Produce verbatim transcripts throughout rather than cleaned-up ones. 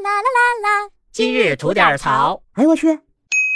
啦啦啦啦，今日吐点槽。 哎我去！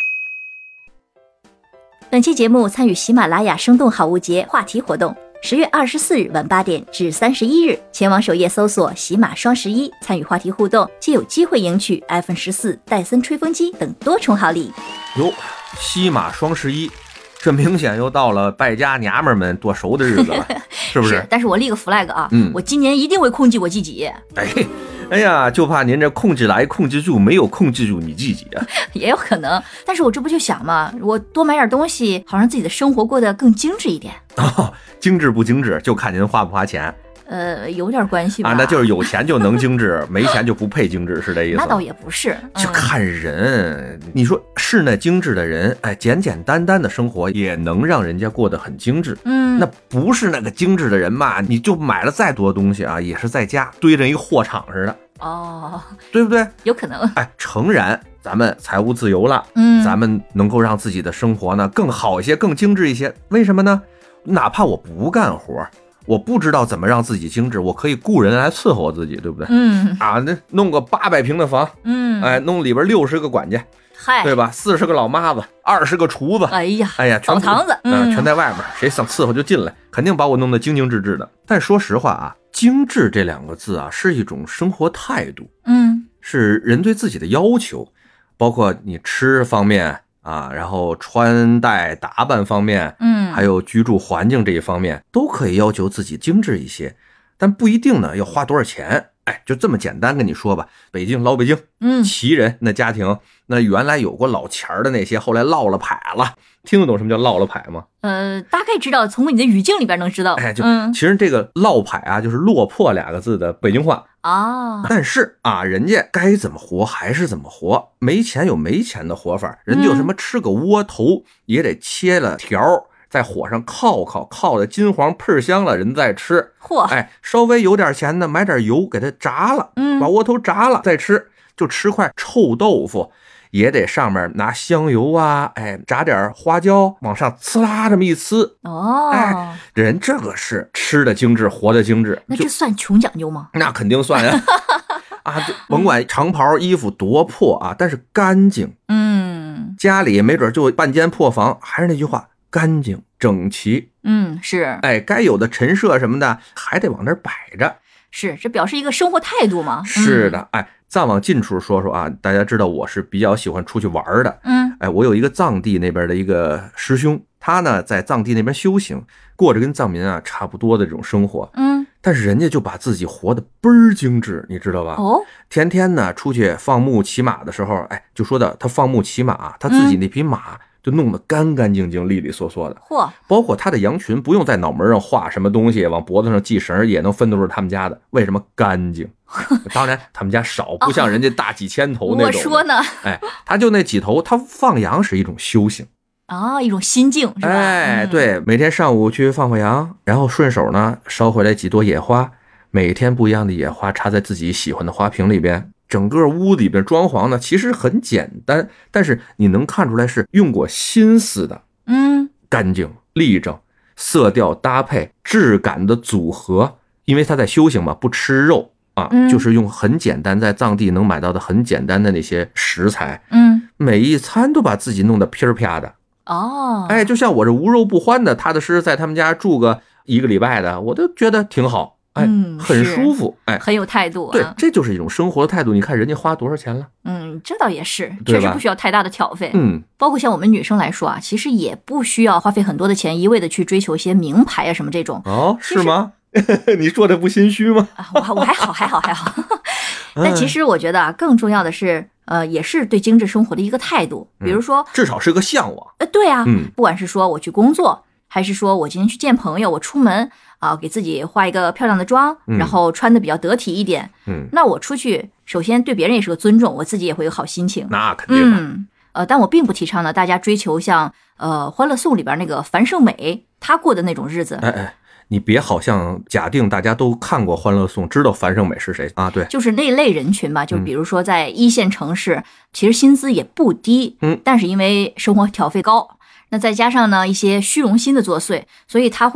本期节目参与喜马拉雅生动好物节话题活动，十月二十四日晚八点至三十一日，前往首页搜索喜马双十一，参与话题互动，即有机会赢取 iPhone 十四、戴森吹风机等多重好礼。 哟，西马双十一，这明显又到了败家娘们们剁熟的日子了，是不是？ 是，但是我立个 flag 啊， 嗯， 我今年一定会控制我自己。 哎。哎呀，就怕您这控制来控制住，没有控制住你自己啊！ 也有可能，但是我这不就想嘛，我多买点东西，好让自己的生活过得更精致一点。 哦，精致不精致，就看您花不花钱。 呃，有点关系吧？ 啊，那就是有钱就能精致，没钱就不配精致，是这意思？ 那倒也不是， 嗯、就看人。你说是那精致的人，哎，简简单单的生活也能让人家过得很精致。 嗯， 那不是那个精致的人嘛，你就买了再多东西啊，也是在家堆着一个货场似的。 哦， 对不对？ 有可能。 哎，诚然，咱们财务自由了， 嗯， 咱们能够让自己的生活呢更好一些，更精致一些。为什么呢？哪怕我不干活，我不知道怎么让自己精致，我可以雇人来伺候我自己，对不对？ 嗯， 啊，那弄个八百平的房， 嗯， 哎，弄里边六十个管家， 嗨， 对吧？四十个老妈子，二十个厨子， 哎呀， 哎呀， 澡堂子， 嗯、呃，全在外面，谁想伺候就进来，肯定把我弄得精精致致的。但说实话啊，精致这两个字啊，是一种生活态度， 嗯， 是人对自己的要求，包括你吃方面啊，然后穿戴打扮方面， 嗯， 还有居住环境这一方面，都可以要求自己精致一些，但不一定呢要花多少钱。哎，就这么简单跟你说吧，北京老北京， 嗯， 旗人那家庭，那原来有过老钱儿的那些，后来落了牌了，听得懂什么叫落了牌吗？ 呃，大概知道，从你的语境里边能知道。 哎，就、 嗯、 其实这个落牌啊，就是落魄两个字的北京话啊。 但是啊，人家该怎么活还是怎么活，没钱有没钱的活法，人家有什么吃个窝头、嗯、也得切了条。在火上烤烤，烤的金黄喷香了，人再吃。 嚯， 哎，稍微有点钱呢，买点油给它炸了， 嗯， 把窝头炸了再吃。就吃块臭豆腐，也得上面拿香油啊，哎，炸点花椒，往上呲啦这么一呲。 哦， 哎，人这个是吃的精致，活的精致。 那这算穷讲究吗？ 那肯定算呀。啊，就甭管长袍衣服多破啊，但是干净。 嗯， 家里没准就半间破房，还是那句话。干净整齐， 嗯，是， 哎，该有的陈设什么的还得往那儿摆着， 是，这表示一个生活态度嘛。 是的，嗯、哎，再往近处说说啊，大家知道我是比较喜欢出去玩的， 嗯， 哎，我有一个藏地那边的一个师兄，他呢在藏地那边修行，过着跟藏民啊差不多的这种生活， 嗯， 但是人家就把自己活得倍儿精致，你知道吧？ 哦， 天天呢出去放牧骑马的时候，哎，就说到他放牧骑马，他自己那匹马。嗯就弄得干干净净、利利索索的， 嚯！ 包括他的羊群不用在脑门上画什么东西，往脖子上系绳也能分得出他们家的。为什么干净？当然他们家少，不像人家大几千头那种。 我说呢， 哎，他就那几头，他放羊是一种修行啊，一种心境是吧？ 哎，对，每天上午去放放羊，然后顺手呢捎回来几朵野花，每天不一样的野花插在自己喜欢的花瓶里边。整个屋里边装潢呢，其实很简单，但是你能看出来是用过心思的， 嗯， 干净立正，色调搭配，质感的组合。因为他在修行嘛，不吃肉啊， 嗯、 就是用很简单，在藏地能买到的很简单的那些食材， 嗯， 每一餐都把自己弄得噼儿啪的。 哦， 哎，就像我这无肉不欢的，踏踏实实在他们家住个一个礼拜的，我都觉得挺好。哎， 嗯， 很舒服，哎， 很有态度、啊。 对，这就是一种生活的态度。你看人家花多少钱了？ 嗯，这倒也是，确实不需要太大的挑费。 嗯， 包括像我们女生来说啊，其实也不需要花费很多的钱，一味的去追求一些名牌啊什么这种。 哦，是吗？你说的不心虚吗？ 啊，我我还好，还好，还好。但其实我觉得啊，更重要的是，呃，也是对精致生活的一个态度。比如说， 嗯、至少是个向往。 呃，对啊， 嗯， 不管是说我去工作，还是说我今天去见朋友，我出门。啊，给自己化一个漂亮的妆， 嗯、 然后穿的比较得体一点。 嗯， 那我出去，首先对别人也是个尊重，我自己也会有好心情。 那肯定的。 嗯，呃，但我并不提倡呢，大家追求像呃《欢乐颂》里边那个樊胜美她过的那种日子。 哎哎，你别好像假定大家都看过《欢乐颂》，知道樊胜美是谁啊？对， 就是那类人群吧，就比如说在一线城市，嗯、其实薪资也不低， 嗯， 但是因为生活挑费高。那再加上呢一些虚荣心的作祟，所以他会超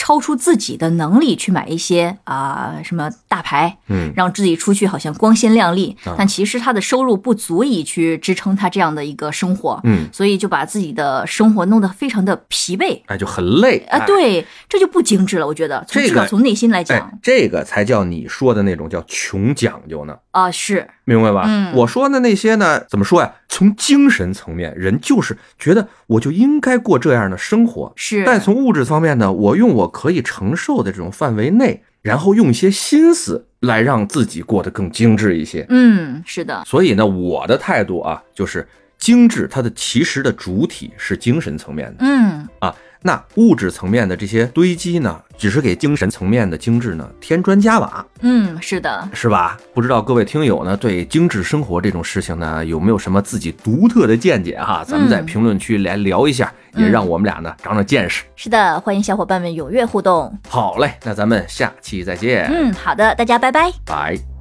超出自己的能力去买一些啊、呃、什么大牌， 嗯， 让自己出去好像光鲜亮丽， 啊、 但其实他的收入不足以去支撑他这样的一个生活， 嗯， 所以就把自己的生活弄得非常的疲惫， 哎，就很累啊、呃，对，这就不精致了，我觉得，从至少从内心来讲、 哎，这个才叫你说的那种叫穷讲究呢， 啊、呃，是， 明白吧？ 嗯， 我说的那些呢，怎么说呀？从精神层面，人就是觉得我就应该过这样的生活， 是， 但从物质方面呢，我用我可以承受的这种范围内，然后用一些心思来让自己过得更精致一些。 嗯，是的。 所以呢，我的态度啊，就是精致它的其实的主体是精神层面的， 嗯啊，那物质层面的这些堆积呢，只是给精神层面的精致呢添砖加瓦。 嗯，是的， 是吧？不知道各位听友呢对精致生活这种事情呢有没有什么自己独特的见解哈？咱们在评论区来聊一下， 嗯、 也让我们俩呢长长见识。 是的，欢迎小伙伴们踊跃互动。 好嘞，那咱们下期再见。 嗯，好的，大家拜拜。 拜。